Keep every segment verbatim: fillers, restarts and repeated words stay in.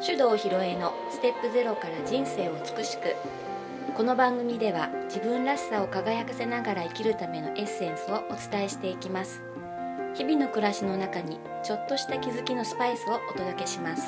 手動ひろえのステップゼロから人生を美しく。この番組では自分らしさを輝かせながら生きるためのエッセンスをお伝えしていきます。日々の暮らしの中にちょっとした気づきのスパイスをお届けします。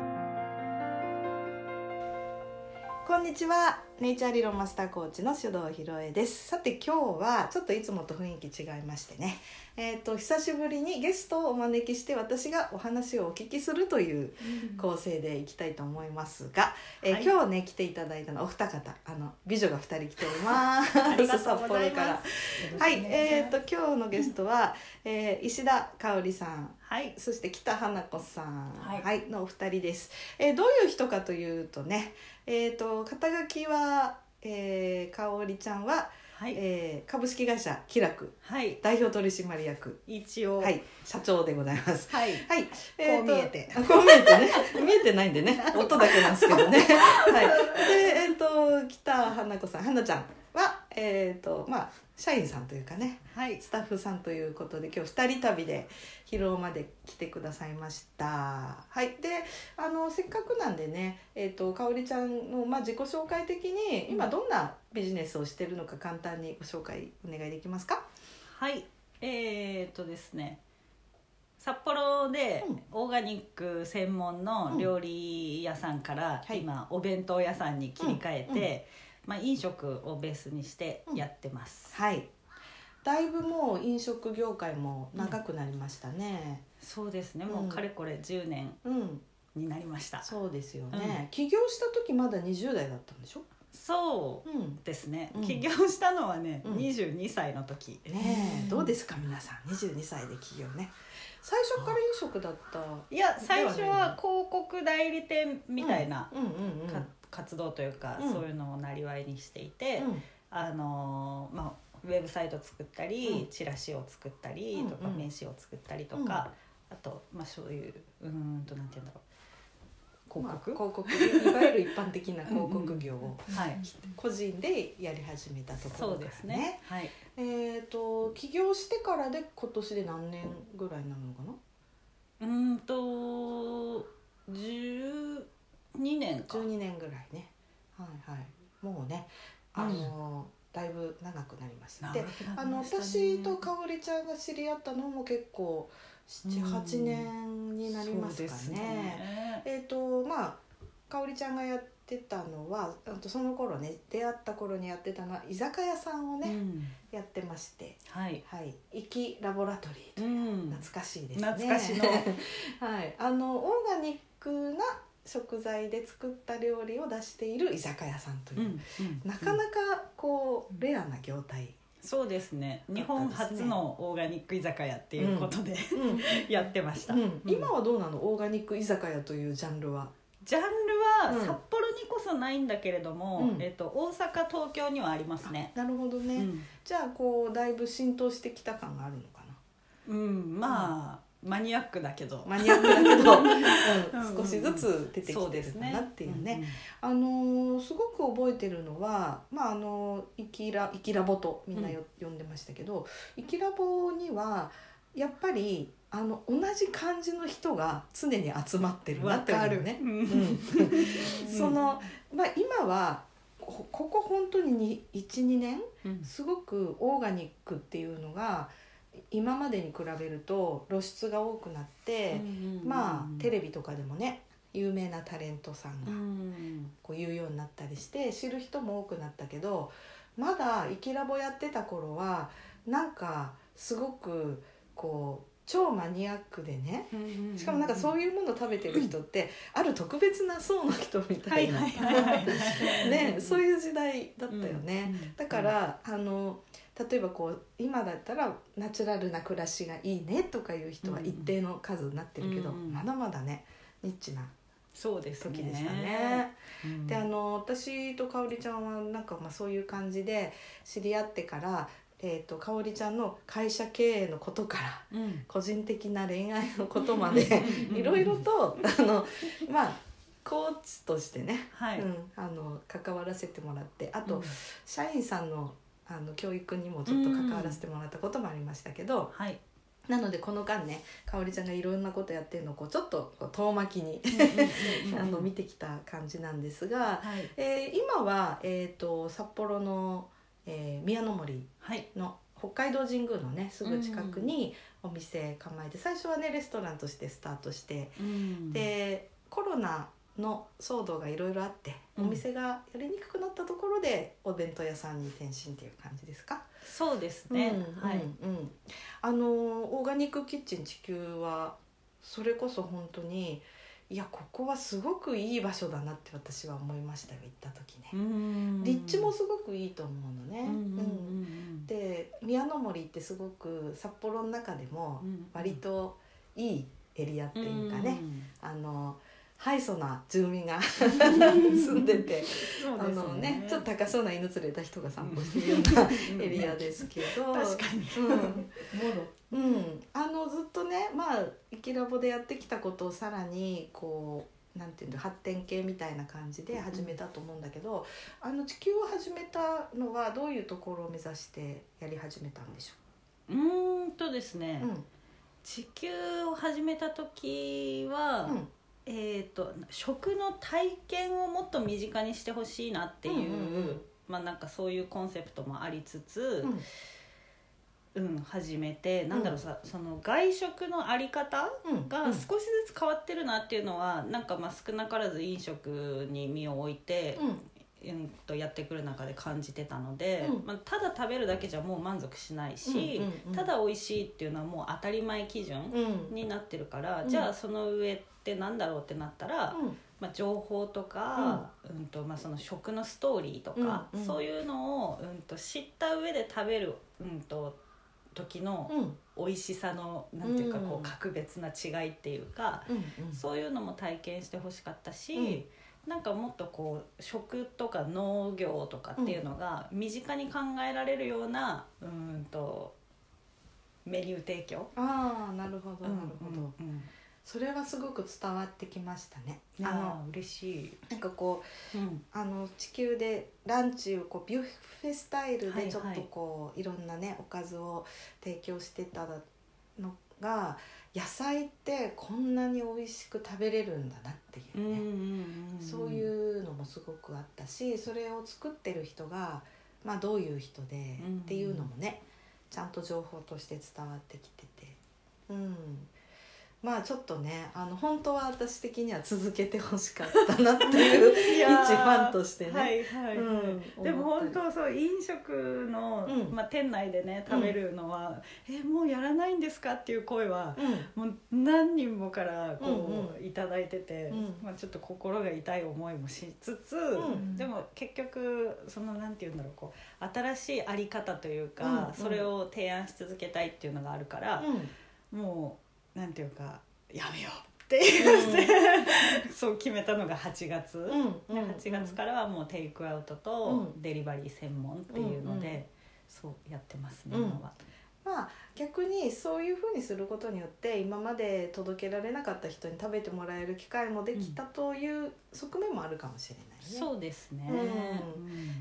こんにちは、ネイチャー理論マスターコーチの手動ひろえです。さて今日はちょっといつもと雰囲気違いましてね、えーと久しぶりにゲストをお招きして私がお話をお聞きするという構成でいきたいと思いますが、えーはい、今日ね来ていただいたのはお二方、あの美女がふたり来ておりますありがとうございます。 札幌からはい、えーと今日のゲストは、えー、石田香織さん、はい、そして北花子さん、はいはい、のお二人です。えー、どういう人かというとね、えーと肩書きは、えー、香織ちゃんは、はいえー、株式会社気楽、はい、代表取締役一応、 はい、社長でございます。 はい、 はいえー、こう見えてこう見えてね見えてないんでね音だけなんですけどねはいで、えー、と北花子さん、花ちゃんはえっ、ー、とまあ社員さんというかね、はい、スタッフさんということで今日ふたり旅で広尾まで来てくださいました。はい、であのせっかくなんでね、えー、と香織ちゃんの、まあ、自己紹介的に今どんなビジネスをしてるのか簡単にご紹介お願いできますか？ はい、えー、っとですね札幌でオーガニック専門の料理屋さんから今お弁当屋さんに切り替えて、まあ、飲食をベースにしてやってます、 うん、はい。だいぶもう飲食業界も長くなりましたね、 うん、そうですね、もうかれこれじゅうねんになりました、 うん、そうですよね、うん、起業した時まだにじゅう代だったんでしょ？ そうですね、うん、起業したのはね、うん、にじゅうにさいの時ねえ、どうですか皆さんにじゅうにさいで起業ね。最初から飲食だった？ いや最初は広告代理店みたいな活動というか、うん、そういうのをなりわいにしていて、うん、あのまあウェブサイト作ったり、うん、チラシを作ったりとか、うんうん、名刺を作ったりとか、うん、あと、まあ、そういううーんとなんていうんだろう広告、まあ、 広告いわゆる一般的な広告業をうん、はい、個人でやり始めたところからね。そうですね、はい、えーと起業してからで今年で何年ぐらいになるのかな？ うーんとじゅうにねんかじゅうにねんぐらいね。はいはい、もうねあの、うんだいぶ長くなりました。で、あの私と香織ちゃんが知り合ったのも結構ななはちねんになりますかね。ねえっ、ー、とまあ香織ちゃんがやってたのはその頃ね出会った頃にやってたのは居酒屋さんをね、うん、やってまして、はいはい、イキラボラトリーという、うん、懐かしいですね。 懐かしのはい、あのオーガニックな食材で作った料理を出している居酒屋さんという、うんうん、なかなかこう、うん、レアな業態。 そうですね、日本初のオーガニック居酒屋っていうことで、うん、やってました、うんうん、 今はどうなの？オーガニック居酒屋というジャンルは。 ジャンルは札幌にこそないんだけれども、うんえー、と大阪東京にはありますね。 なるほどね、うん、じゃあこうだいぶ浸透してきた感があるのかな。 うんまあ、うんマニアックだけどマニアックだけど、うん、少しずつ出てきてるかなっていうね。あのー、すごく覚えてるのは、まああのイキライキラボとみんなよ、うん、呼んでましたけど、イキラボにはやっぱりあの同じ感じの人が常に集まってるなっていうのね。うん、そのまあ今はここ本当に いちにねん、うん、すごくオーガニックっていうのが今までに比べると露出が多くなって、うんうんうん、まあテレビとかでもね有名なタレントさんがこう言うようになったりして知る人も多くなったけど、まだイキラボやってた頃はなんかすごくこう超マニアックでね、しかもなんかそういうものを食べてる人ってある特別な層の人みたいなね、そういう時代だったよね、うんうん、だからあの例えばこう今だったらナチュラルな暮らしがいいねとかいう人は一定の数になってるけど、うんうん、まだまだねニッチな時でしたね。うん、であの私と香織ちゃんはなんかまあそういう感じで知り合ってから、えーと、香織ちゃんの会社経営のことから、うん、個人的な恋愛のことまでいろいろとあのまあコーチとしてね、はいうん、あの関わらせてもらって、あと、うん、社員さんのあの教育にもちょっと関わらせてもらったこともありましたけど、はい、 なのでこの間ねかおりちゃんがいろんなことやってるのをこうちょっとこう遠巻きにあの見てきた感じなんですが、はい、えー、今は、えー、と札幌の、えー、宮の森の北海道神宮のねすぐ近くにお店構えて、最初はねレストランとしてスタートして、うん、でコロナの騒動がいろいろあって、うん、お店がやりにくくなったところでお弁当屋さんに転身っていう感じですか？ そうですね、 うん、はい、うん、あのオーガニックキッチン地球はそれこそ本当にいやここはすごくいい場所だなって私は思いましたよ、行った時ね。うん立地もすごくいいと思うのね、うんうんうん、で宮の森ってすごく札幌の中でも割といいエリアっていうかね、うんうん、あのハイソな住民が住んでてそうですね、あのね、ちょっと高そうな犬連れた人が散歩してるようなエリアですけど確かに、 うん、うん、あのずっとね、まあイキラボでやってきたことをさらにこうなんていうの発展系みたいな感じで始めたと思うんだけど、うん、あの地球を始めたのはどういうところを目指してやり始めたんでしょう？うーんとですね、うん、地球を始めた時は、うんえー、と食の体験をもっと身近にしてほしいなっていう、うんうんうんまあ、なんかそういうコンセプトもありつつ、うんうん、始めてなんだろうさ、うん、その外食のあり方が少しずつ変わってるなっていうのは、うん、なんかまあ少なからず飲食に身を置いて、うんうん、とやってくる中で感じてたので、うんまあ、ただ食べるだけじゃもう満足しないし、うんうんうん、ただ美味しいっていうのはもう当たり前基準になってるから、うん、じゃあその上ってなんだろうってなったら、うんまあ、情報とか、うんうんとまあ、その食のストーリーとか、うんうん、そういうのを、うん、と知った上で食べる、うん、と時の美味しさの、うん、なんていうかこう格別な違いっていうか、うんうん、そういうのも体験してほしかったし、うんなんかもっとこう食とか農業とかっていうのが身近に考えられるような、うん、うんとメニュー提供。 ああなるほどなるほど、うんうん、それはすごく伝わってきましたね。 あの嬉しい。 なんかこう、うん、あの地球でランチをこうビュッフェスタイルでちょっとこう、はいはい、いろんなねおかずを提供してたのが野菜ってこんなに美味しく食べれるんだなっていうね、うんうんうんうん、そういうのもすごくあったし、それを作ってる人が、まあ、どういう人で、うんうん、っていうのもねちゃんと情報として伝わってきてて、うん、まあちょっとねあの本当は私的には続けてほしかったなっていう一ファンとしてねはいはい、うん、でも本当そう飲食の、うんまあ、店内でね食べるのは、うん、えもうやらないんですかっていう声は、うん、もう何人もからこう、うんうん、いただいてて、うんまあ、ちょっと心が痛い思いもしつつ、うん、でも結局そのなんていうんだろうこう新しいあり方というか、うんうん、それを提案し続けたいっていうのがあるから、うん、もうなんていうかやめようって言って、うん、そう決めたのがはちがつ、うん、ではちがつからはもうテイクアウトとデリバリー専門っていうので、うんうん、そうやってますね、うん、今は。 まあ逆にそういう風にすることによって今まで届けられなかった人に食べてもらえる機会もできたという側面もあるかもしれないね。 そうですね、 うんうん、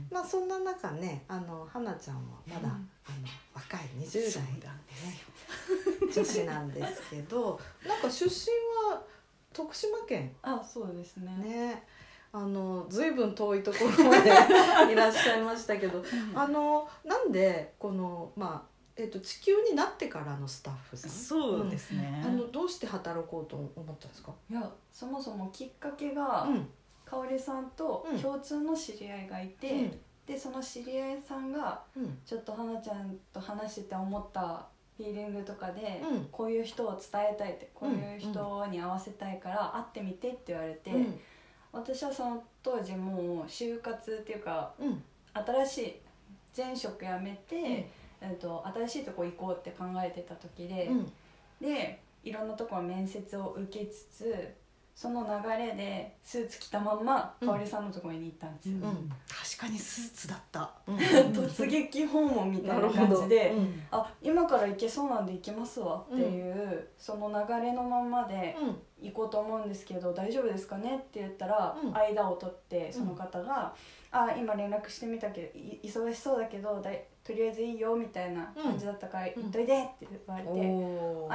まあそんな中ねあの花ちゃんはまだ、うん、あの若いにじゅう代なんでね女子なんですけどなんか出身は徳島県。 あ、そうですね。 ね、あの随分遠いところまでいらっしゃいましたけど、あのなんでこのまあえーと地球になってからのスタッフさん。 そうですね。 うん、あのどうして働こうと思ったんですか？ いや、そもそもきっかけが、うん、かおりさんと共通の知り合いがいて、うん、でその知り合いさんが、うん、ちょっと花ちゃんと話してて思ったフィーリングとかで、うん、こういう人を伝えたいって、こういう人に合わせたいから会ってみてって言われて、うん、私はその当時もう就活っていうか、うん、新しい前職辞めて、うんえー、と新しいとこ行こうって考えてた時で、うん、でいろんなところ面接を受けつつその流れでスーツ着たまんまかおりさんのところに行ったんですよ、うんうん、 確かにスーツだった、 うん、突撃訪問みたいな感じで、うん、あ今から行けそうなんで行きますわっていう、うん、その流れのまんまで行こうと思うんですけど、うん、大丈夫ですかねって言ったら、うん、間を取ってその方が、うん、あ今連絡してみたけど忙しそうだけどだいとりあえずいいよみたいな感じだったから、うん、行っといでって言われて、 お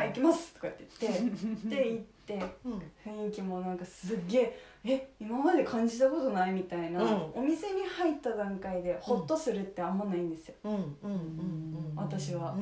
あ行きます」とかって言ってで行って、うん、雰囲気もなんかすっげええ今まで感じたことないみたいな、うん、お店に入った段階でホッとするってあんまないんですよ、私は、うん、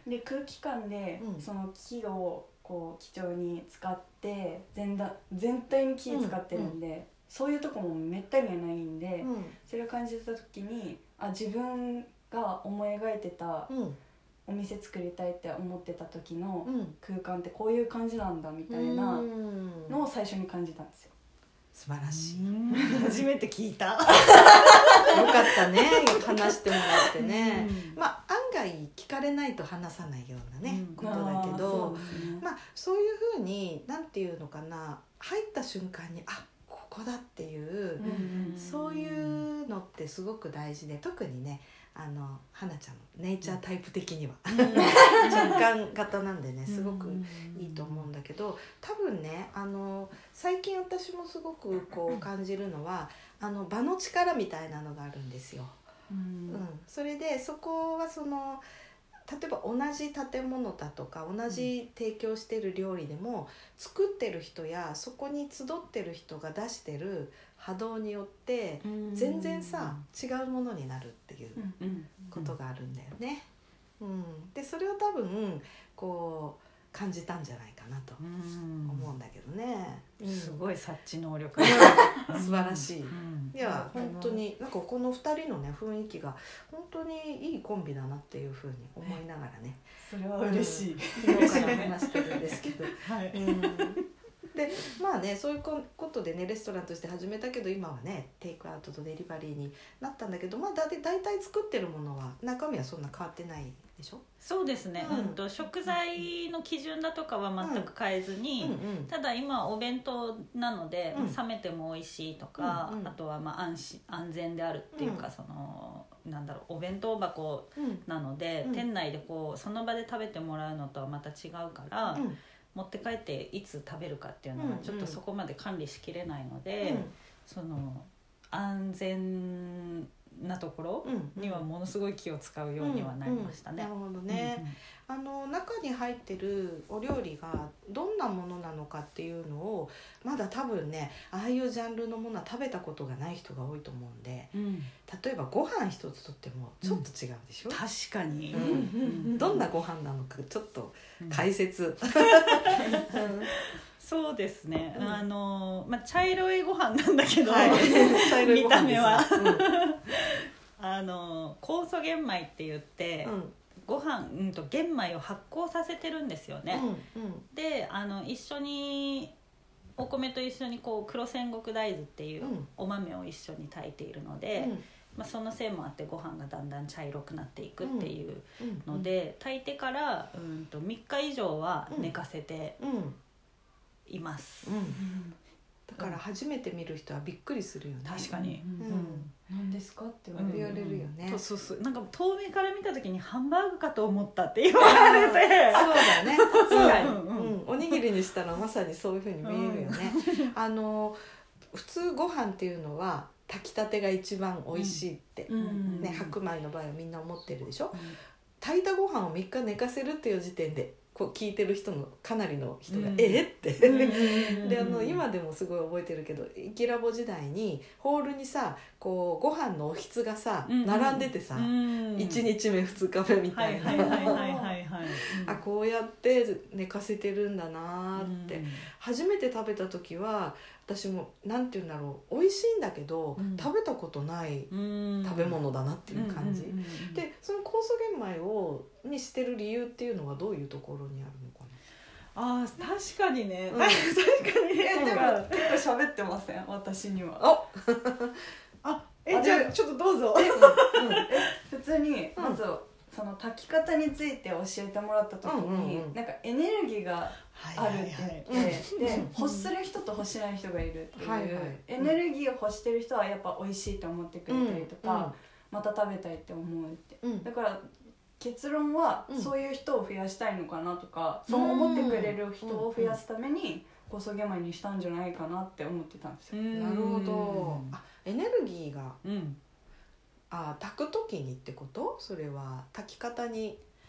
で空気感で、うん、その木をこう基調に使って全だ全体に木使ってるんで、うんうん、そういうとこもめったにはないんで、うん、それを感じた時にあ自分が思い描いてた、うんお店作りたいって思ってた時の空間ってこういう感じなんだみたいなのを最初に感じたんですよ。 素晴らしい。 初めて聞いた。よかったね。話してもらってね。まあ案外聞かれないと話さないようなね、うん、ことだけど、そうね、まあそういうふうになんていうのかな、入った瞬間にあここだっていう、うん、そういうのってすごく大事で、特にね。あの花ちゃんのネイチャータイプ的には、うん、直感型なんでねすごくいいと思うんだけど、多分ねあの最近私もすごくこう感じるのはあの場の力みたいなのがあるんですよ、うんうん、それでそこはその例えば同じ建物だとか同じ提供してる料理でも、作ってる人やそこに集ってる人が出してる波動によって全然さ違うものになるっていうことがあるんだよね、うんうん、でそれを多分こう感じたんじゃないかなと思うんだけどね、 うん、すごい察知能力素晴らしい、うん、いや本当になんかこのふたりのね雰囲気が本当にいいコンビだなっていうふうに思いながらね、 それは嬉しい、 うん、昨日から話してるんですけど、はい、うんでまあねそういうことでねレストランとして始めたけど今はねテイクアウトとデリバリーになったんだけど、まあだいたい作ってるものは中身はそんな変わってないでしょ。 そうですね、うんうん、と食材の基準だとかは全く変えずに、うんうん、ただ今お弁当なので、うん、冷めても美味しいとか、うんうん、あとはまあ 安心安全であるっていうか、うん、そのなんだろうお弁当箱なので、うん、店内でこうその場で食べてもらうのとはまた違うから、うん持って帰っていつ食べるかっていうのはちょっとそこまで管理しきれないので、うん、その安全なところにはものすごい気を使うようにはなりましたね。 うんうん、なるほどね、うんうん、あの中に入ってるお料理がどんなものなのかっていうのをまだ多分ねああいうジャンルのものは食べたことがない人が多いと思うんで、うん、例えばご飯一つとってもちょっと違うでしょ、うん、 確かに、 うん、どんなご飯なのかちょっと解説、うんそうですね、うん、あの、まあ、茶色いご飯なんだけど、はい、茶色いご飯見た目は、うん、あの酵素玄米って言って、うん、ご飯、うん、と玄米を発酵させてるんですよね、うんうん、であの一緒にお米と一緒にこう黒戦国大豆っていうお豆を一緒に炊いているので、うんまあ、そのせいもあってご飯がだんだん茶色くなっていくっていうので、うんうん、炊いてからうんとみっか以上は寝かせています、うんうん、 だから初めて見る人はびっくりするよね。 確かに、うんうん、何ですかって言われるよね、 うんうん、そうそうなんか遠目から見た時にハンバーグかと思ったって言われてそうだね確かに、うんうん、おにぎりにしたらまさにそういう風に見えるよね、うん、あの普通ご飯っていうのは炊きたてが一番美味しいって、うんね、白米の場合はみんな思ってるでしょ、うん、炊いたご飯をみっか寝かせるっていう時点でこう聞いてる人のかなりの人が、うん、えっってであの今でもすごい覚えてるけどイキラボ時代にホールにさこうご飯のおひつがさ、うん、並んでてさ、うん、いちにちめふつかめみたいなあこうやって寝かせてるんだなって、うん、初めて食べた時は私もなんていうんだろう美味しいんだけど、うん、食べたことない食べ物だなっていう感じ、うんうんうんうん、でその酵素玄米をにしてる理由っていうのはどういうところにあるのかな。あ確かにね、うん、確かにねでも結構喋ってません私には。 ああえじゃあちょっとどうぞ。え、 うん、え普通にまず、うんその炊き方について教えてもらった時に、うんうんうん、なんかエネルギーがあるって言って、で欲する人と欲しない人がいるっていう、はいはい、エネルギーを欲してる人はやっぱ美味しいと思ってくれたりとか、うんうん、また食べたいって思うって、うん、だから結論はそういう人を増やしたいのかなとか、うん、そう思ってくれる人を増やすために酵素玄米にしたんじゃないかなって思ってたんですよ。 なるほど。あエネルギーが、うんあ炊く時にってこと？それは炊き方に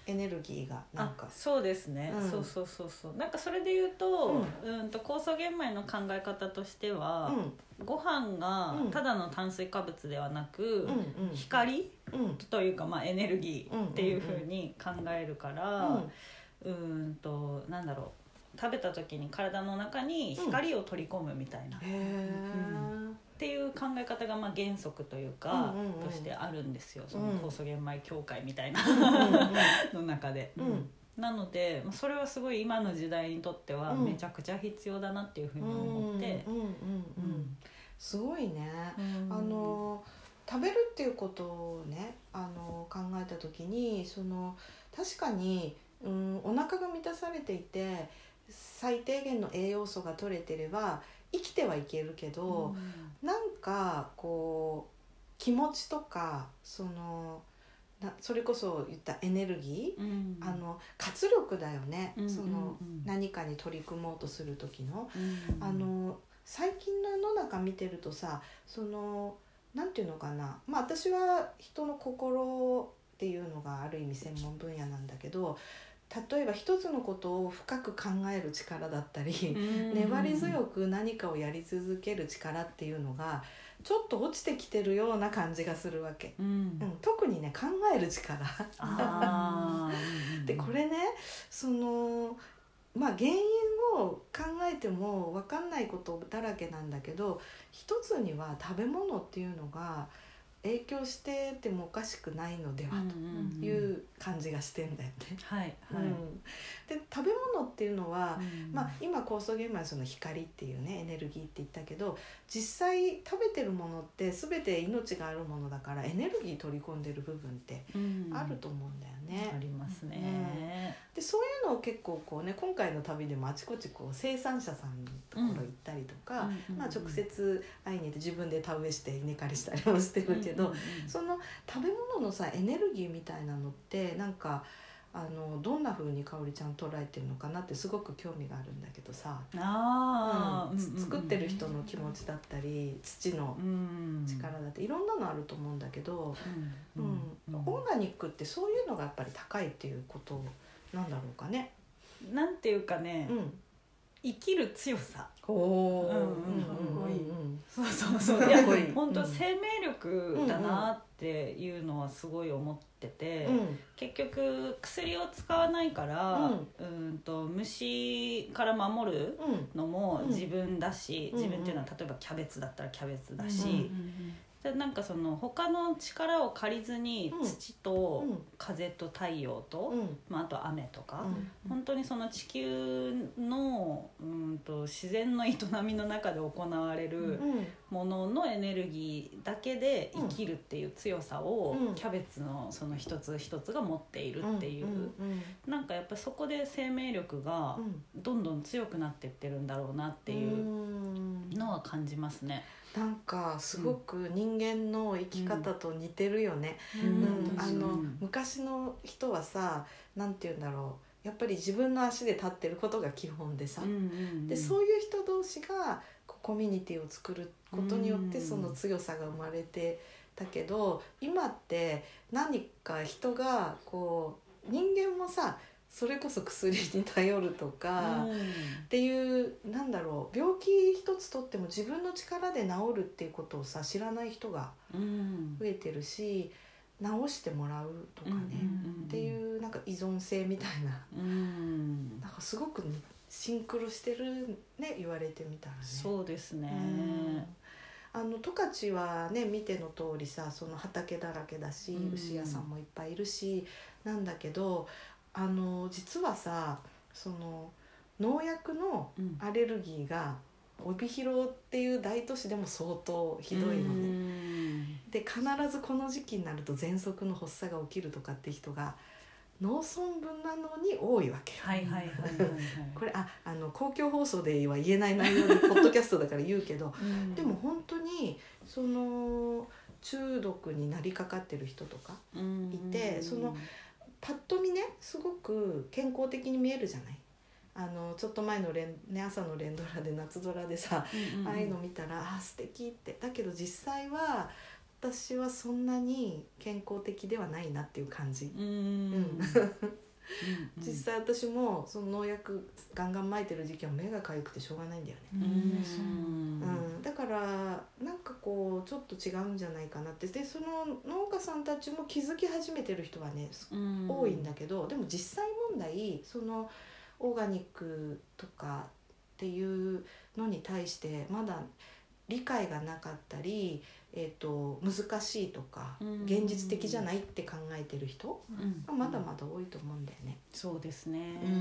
エネルギーがなんかそうですね、うん、そうそうそうそうなんかそれで言うと、うん、うんと酵素玄米の考え方としては、うん、ご飯がただの炭水化物ではなく、うん、光、うん、というか、まあ、エネルギーっていう風に考えるから、うん、うんとなんだろう食べた時に体の中に光を取り込むみたいな、うんうん、っていう考え方がまあ原則というか、うんうんうん、としてあるんですよその酵素玄米協会みたいなの中で、うん、なのでそれはすごい今の時代にとってはめちゃくちゃ必要だなっていうふうに思って、うんうんうんうん、 すごいね、うん、あの食べるっていうことをねあの考えた時にその確かに、うん、お腹が満たされていて最低限の栄養素が取れてれば生きてはいけるけど、うん、なんかこう気持ちとかそのなそれこそ言ったエネルギー、うん、あの活力だよね、うんうんうん、その何かに取り組もうとする時の、うん、あの最近の世の中見てるとさそのなんていうのかな、まあ、私は人の心っていうのがある意味専門分野なんだけど例えば一つのことを深く考える力だったり、うん、粘り強く何かをやり続ける力っていうのがちょっと落ちてきてるような感じがするわけ、うんうん、特にね考える力あでこれねそのまあ原因を考えても分かんないことだらけなんだけど一つには食べ物っていうのが影響しててもおかしくないのではという感じがしてんだよね。 はいはいうん、 で食べ物っていうのは、うんまあ、今酵素玄米はその光っていうねエネルギーって言ったけど実際食べてるものって全て命があるものだからエネルギー取り込んでる部分ってあると思うんだよね。 うん、ありますね、 うん、でそういうのを結構こうね今回の旅でもあちこちこう生産者さんのところ行ったりとか、うんまあ、直接会いに行って自分で田植えして稲刈りしたりもしてるけど、うんうんうん、その食べ物のさエネルギーみたいなのってなんかあのどんな風にかおりちゃん捉えてるのかなってすごく興味があるんだけどさあ、うんうんうん、作ってる人の気持ちだったり土の力だっていろんなのあると思うんだけど、うんうんうん、オーガニックってそういうのがやっぱり高いっていうことなんだろうかね。 なんていうかね、うん、生きる強さおー、うんうんうんうん、そうそうそういや本当生命力だなっていうのはすごい思ってて、うん、結局薬を使わないから、うん、うんと虫から守るのも自分だし、うん、自分っていうのは例えばキャベツだったらキャベツだし、うんうんうんでなんかその他の力を借りずに土と風と太陽と、うんまあ、あと雨とか、うん、本当にその地球の、うん、と自然の営みの中で行われるもののエネルギーだけで生きるっていう強さをキャベツのその一つ一つが持っているっていう、うんうんうん、なんかやっぱりそこで生命力がどんどん強くなっていってるんだろうなっていうのは感じますね。 なんかすごく人間の生き方と似てるよね、うんうん、あの昔の人はさなんて言うんだろうやっぱり自分の足で立ってることが基本でさ、うんうんうん、でそういう人同士がコミュニティを作ることによってその強さが生まれてたけど今って何か人がこう人間もさそれこそ薬に頼るとか、うん、っていうなんだろう病気一つとっても自分の力で治るっていうことをさ知らない人が増えてるし、うん、治してもらうとかね、うんうんうん、っていうなんか依存性みたいな、うん、なんかすごくシンクロしてるね言われてみたらね。 そうですね、 うん、あの十勝はね見ての通りさその畑だらけだし、うん、牛屋さんもいっぱいいるしなんだけどあの実はさその農薬のアレルギーが帯広っていう大都市でも相当ひどいのね。で必ずこの時期になると喘息の発作が起きるとかって人が農村部なのに多いわけよ。 はいはいはいはい、はい、 これああの公共放送では言えない内容でポッドキャストだから言うけどでも本当にその中毒になりかかってる人とかいてそのパッと見ねすごく健康的に見えるじゃない。あのちょっと前の連、ね、朝の連ドラで夏ドラでさ、うんうんうん、ああいうの見たらあ素敵ってだけど実際は私はそんなに健康的ではないなっていう感じ、うん、うん、 実際私もその農薬ガンガン撒いてる時期は目がかゆくてしょうがないんだよね。 うんうん、だからなんかこうちょっと違うんじゃないかなって。でその農家さんたちも気づき始めてる人はね、うん、多いんだけど、でも実際問題そのオーガニックとかっていうのに対してまだ理解がなかったり、えーと、難しいとか、うん、現実的じゃないって考えてる人がまだまだ多いと思うんだよね。 うん、そうですね、 うん、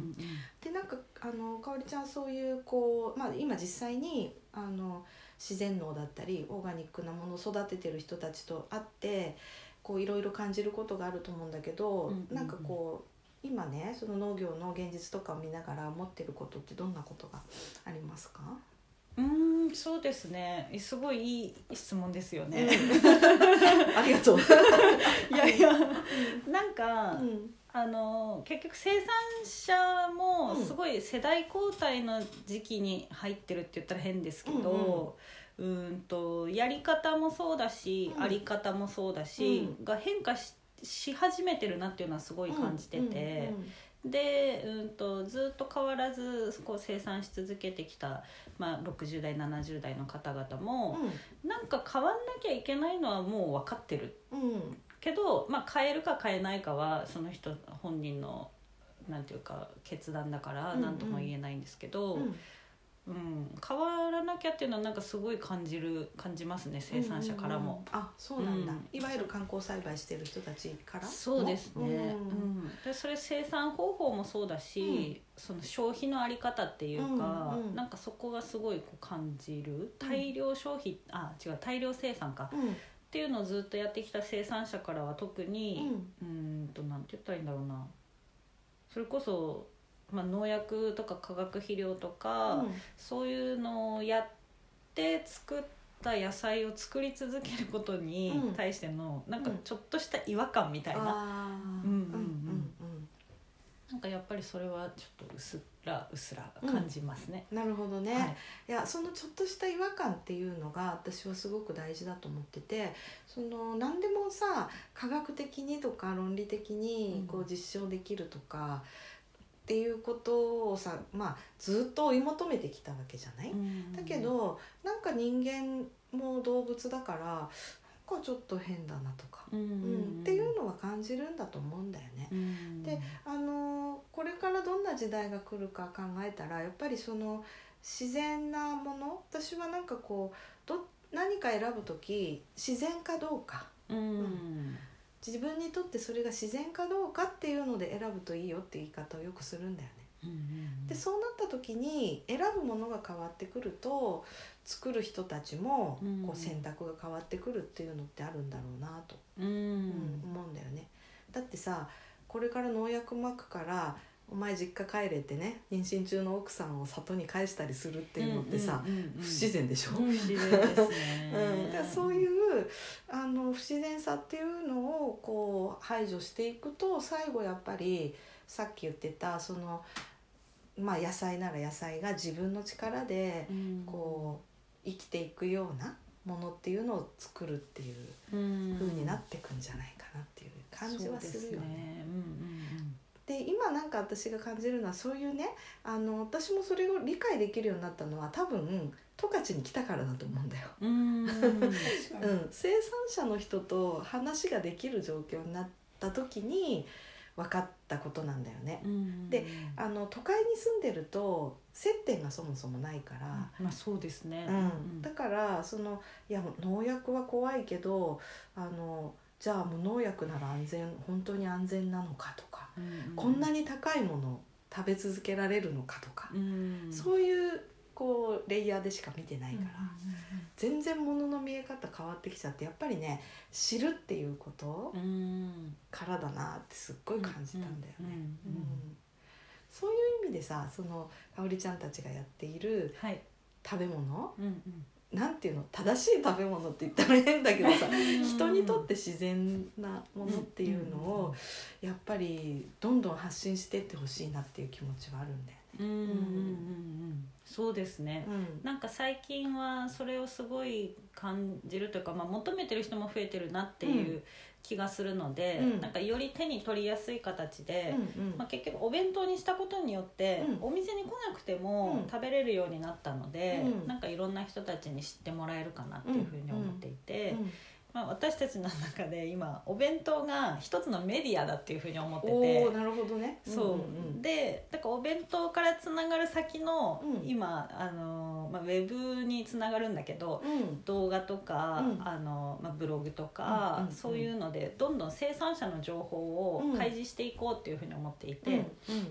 でなんかあのかおりちゃんそういうこう、まあ、今実際にあの自然農だったりオーガニックなものを育ててる人たちと会ってこういろいろ感じることがあると思うんだけど、うんうんうん、なんかこう今ねその農業の現実とかを見ながら思ってることってどんなことがありますか？ うーんそうですね、すごいいい質問ですよね、うん、 ありがとういやいやなんか、うん、あの結局生産者もすごい世代交代の時期に入ってるって言ったら変ですけど、うんうん、うんとやり方もそうだし、うん、あり方もそうだし、うん、が変化 し, し始めてるなっていうのはすごい感じてて、うんうんうんで、うん、とずっと変わらずこう生産し続けてきた、まあ、ろくじゅう代ななじゅう代の方々も、うん、なんか変わんなきゃいけないのはもう分かってる、うん、けど、まあ、変えるか変えないかはその人本人のなんていうか決断だから何とも言えないんですけど、うんうんうん、変わらなきゃっていうのはなんかすごい感じる感じますね、生産者からも、うんうんうん、 あそうなんだ、うん、いわゆる観光栽培してる人たちからそうですね、うんうん、でそれ生産方法もそうだし、うん、その消費のあり方っていうか、うんうん、なんかそこがすごいこう感じる大量消費、うん、あ違う大量生産か、うん、っていうのをずっとやってきた生産者からは特に、うん、うんとなんて言ったらいいんだろうな、それこそまあ、農薬とか化学肥料とか、うん、そういうのをやって作った野菜を作り続けることに対しての、うん、なんかちょっとした違和感みたいな、うんうんうんうん、なんかやっぱりそれはちょっとうすらうすら感じますね、 うん、なるほどね、はい、いやそのちょっとした違和感っていうのが私はすごく大事だと思ってて、その何でもさ科学的にとか論理的にこう実証できるとか、うんっていうことをさ、まあ、ずっと追い求めてきたわけじゃない、うんうん、だけどなんか人間も動物だからなんかちょっと変だなとか、うんうんうん、っていうのは感じるんだと思うんだよね、うんうん、で、あのこれからどんな時代が来るか考えたらやっぱりその自然なもの、私はなんかこうど何か選ぶとき自然かどうか、うんうん自分にとってそれが自然かどうかっていうので選ぶといいよって言い方をよくするんだよね、うんうんうん、でそうなった時に選ぶものが変わってくると作る人たちもこう選択が変わってくるっていうのってあるんだろうなと、うんうん、思うんだよね。だってさこれから農薬まくからお前実家帰れってね妊娠中の奥さんを里に返したりするっていうのってさ、うんうんうんうん、不自然でしょ、 不自然ですね、 うん、だからそういうあの不自然さっていうのをこう排除していくと最後やっぱりさっき言ってたその、まあ、野菜なら野菜が自分の力でこう生きていくようなものっていうのを作るっていう風になっていくんじゃないかなっていう感じはするよね。で今なんか私が感じるのはそういうねあの私もそれを理解できるようになったのは多分十勝に来たからだと思うんだよ。うん、うん、生産者の人と話ができる状況になった時に分かったことなんだよね。であの都会に住んでると接点がそもそもないから、 まあそうですね、 うんうん、だからそのいや農薬は怖いけどあのじゃあ無農薬なら安全本当に安全なのかとか、うんうん、こんなに高いものを食べ続けられるのかとか、うんうん、そういうこうレイヤーでしか見てないから、うんうんうん、全然物の見え方変わってきちゃってやっぱりね知るっていうことからだなってすっごい感じたんだよね、うんうんうんうん、そういう意味でさそのかおりちゃんたちがやっている食べ物、はいうんうんなんていうの正しい食べ物って言ったら変だけどさ人にとって自然なものっていうのをやっぱりどんどん発信していってほしいなっていう気持ちはあるんだよね。うんうんうんうん、 そうですね、うん、なんか最近はそれをすごい感じるというか、まあ、求めてる人も増えてるなっていう気がするので、 うん、 なんかより手に取りやすい形で、 うんうんまあ、結局お弁当にしたことによって、うん、お店に来なくても食べれるようになったので、うん、なんかいろんな人たちに知ってもらえるかなっていうふうに思っていて、うんうんまあ、私たちの中で今お弁当が一つのメディアだっていうふうに思ってて、 おーなるほどね、 そう、うんうん、でだからお弁当からつながる先の、 うん、 今あの、まあ、ウェブにつながるんだけど、 うん、 動画とか、 うん、 あのまあ、ブログとか、 うんうんうん、 そういうのでどんどん生産者の情報を開示していこうっていうふうに思っていて、 うんうん、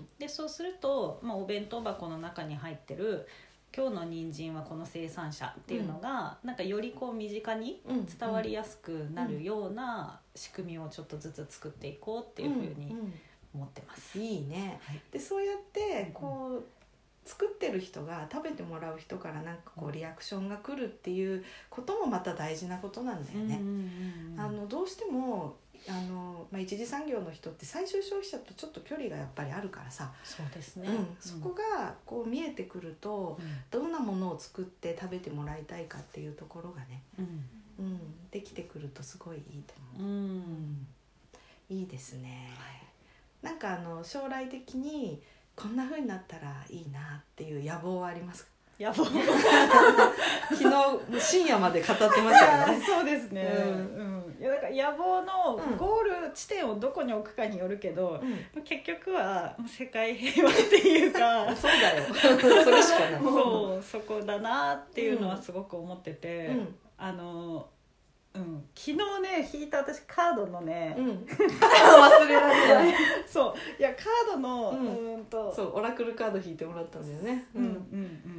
でそうすると、まあ、お弁当箱の中に入ってる今日の人参はこの生産者っていうのが、うん、なんかよりこう身近に伝わりやすくなるような仕組みをちょっとずつ作っていこうっていうふうに思ってます、 うんうん、いいね、 はい、 でそうやってこう作ってる人が食べてもらう人からなんかこうリアクションが来るっていうこともまた大事なことなんだよね、 うんうんうん、 あのどうしてもあの、まあ、一次産業の人って最終消費者とちょっと距離がやっぱりあるからさ、 そうですね、 うん、そこがこう見えてくると、うん、どんなものを作って食べてもらいたいかっていうところがね、うんうん、できてくるとすごいいいと思う、うん、いいですね、はい、なんかあの将来的にこんな風になったらいいなっていう野望はありますか？ 野望昨日深夜まで語ってましたよねそうですね、うんうん、いやだから野望のゴール地点をどこに置くかによるけど、うん、結局は世界平和っていうかそうだよそれしかないそうそこだなっていうのはすごく思ってて、うん、あのうん、昨日ね引いた私カードのね、うん、 忘れられないそういやカードの、うん、うんとそうオラクルカード引いてもらったんだよね、 うんうんうん、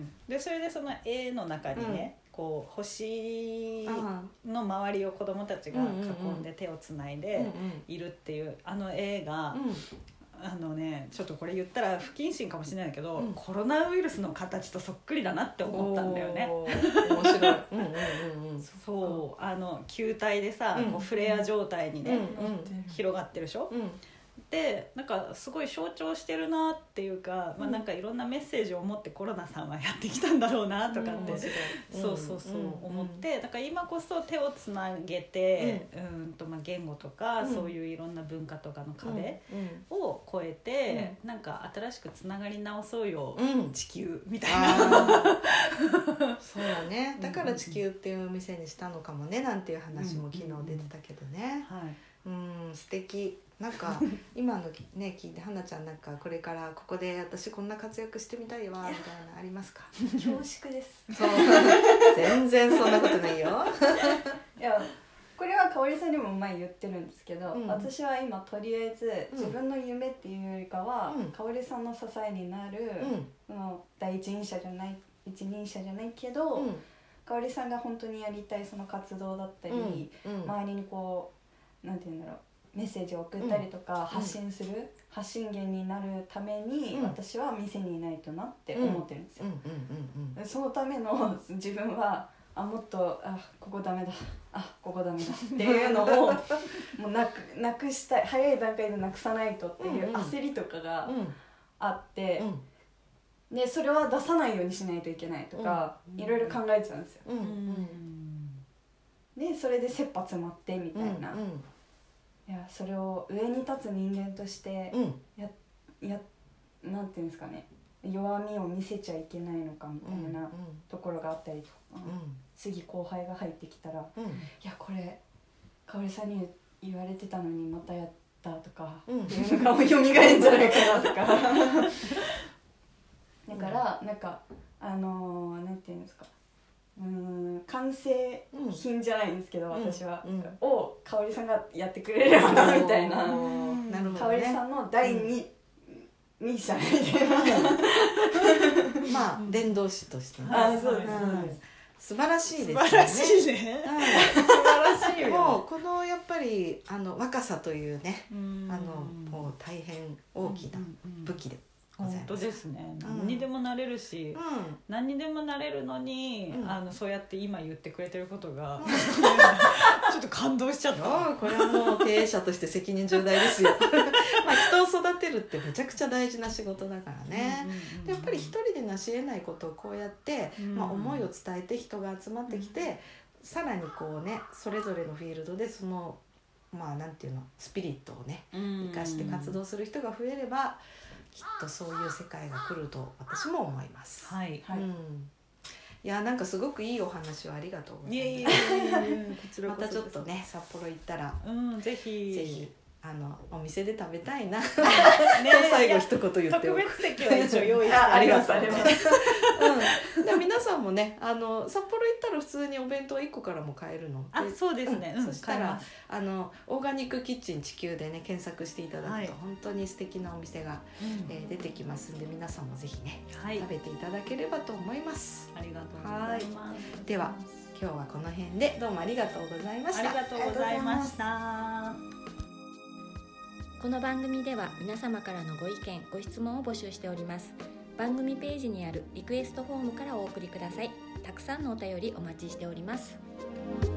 でそれでその絵の中にね、うん、こう星の周りを子どもたちが囲んで手をつないでいるっていうあの絵が、うんあのね、ちょっとこれ言ったら不謹慎かもしれないけど、うん、コロナウイルスの形とそっくりだなって思ったんだよね。 面白いうんうんうん、うん、 そうあの球体でさ、うん、こうフレア状態にね、うんうん、広がってるでしょ、うん、でなんかすごい象徴してるなっていうか、うんまあ、なんかいろんなメッセージを持ってコロナさんはやってきたんだろうなとかって、うん、そうそうそう思って、だから今こそ手をつなげて、うんうんとまあ、言語とか、うん、そういういろんな文化とかの壁を越えて、うん、なんか新しくつながり直そうよ、うん、地球みたいなそうだね、だから地球っていう店にしたのかもねなんていう話も昨日出てたけどね、 うんうんうんはい、 うん素敵なんか今のね聞いて花ちゃんなんかこれからここで私こんな活躍してみたいわみたいなありますか？ 恐縮ですそう全然そんなことないよいやこれは香織さんにも前言ってるんですけど、うん、私は今とりあえず自分の夢っていうよりかは、うん、香織さんの支えになる、うん、の第一人者じゃない一人者じゃないけど、うん、香織さんが本当にやりたいその活動だったり、うんうん、周りにこうなんていうんだろうメッセージを送ったりとか発信する、うん、発信源になるために、うん、私は店にいないとなって思ってるんですよ。そのための自分はあもっとあここダメだあここダメだっていうのをもうなく、なくしたい早い段階でなくさないとっていう焦りとかがあって、うんうん、でそれは出さないようにしないといけないとか、うん、いろいろ考えちゃうんですよ。うんうん、でそれで切羽詰まってみたいな。うんうんいやそれを上に立つ人間としてや、うん、やなんていうんですかね弱みを見せちゃいけないのかみたいなところがあったりとか、うん、次後輩が入ってきたら、うん、いやこれ香織さんに言われてたのにまたやったとか、うん、っていうのが蘇るんじゃないかなとかだからなんかあのー、なんていうんですかうーん完成品じゃないんですけど、うん、私は、うん、を香織さんがやってくれればなみたいな、なるほどね、香織さんの第二、うん、に者みたいなまあ伝道師としてねあそうです、 素晴らしいですね素晴らしいね、 うん、素晴らしいよもうこのやっぱりあの若さというねあのもう大変大きな武器で本当ですね、何にでもなれるし、うん、何にでもなれるのに、うん、あのそうやって今言ってくれてることが、うん、ちょっと感動しちゃったこれはもう経営者として責任重大ですよまあ人を育てるってめちゃくちゃ大事な仕事だからね、うんうんうん、でやっぱり一人で成し得ないことをこうやって、うんまあ、思いを伝えて人が集まってきて、うん、さらにこうねそれぞれのフィールドでそのまあなんていうのスピリットをね生かして活動する人が増えればきっとそういう世界が来ると私も思います。 はい、 うん、いやなんかすごくいいお話をありがとうございます。 いえいえまたちょっとね札幌行ったら、 うん、ぜひぜひあのお店で食べたいな、ね、 と最後一言言っておく。 特別席は一応用意してありがとうございます。うん、で皆さんもねあの札幌行ったら普通にお弁当いっこからも買えるので、 あそうですね、 うん、そしたらあのオーガニックキッチン地球でね検索していただくと、はい、本当に素敵なお店が、うんえー、出てきますんで皆さんもぜひね、はい、食べていただければと思います。 ありがとうございます。 では今日はこの辺でどうもありがとうございました。 ありがとうございました。 この番組では皆様からのご意見ご質問を募集しております。番組ページにあるリクエストフォームからお送りください。たくさんのお便りお待ちしております。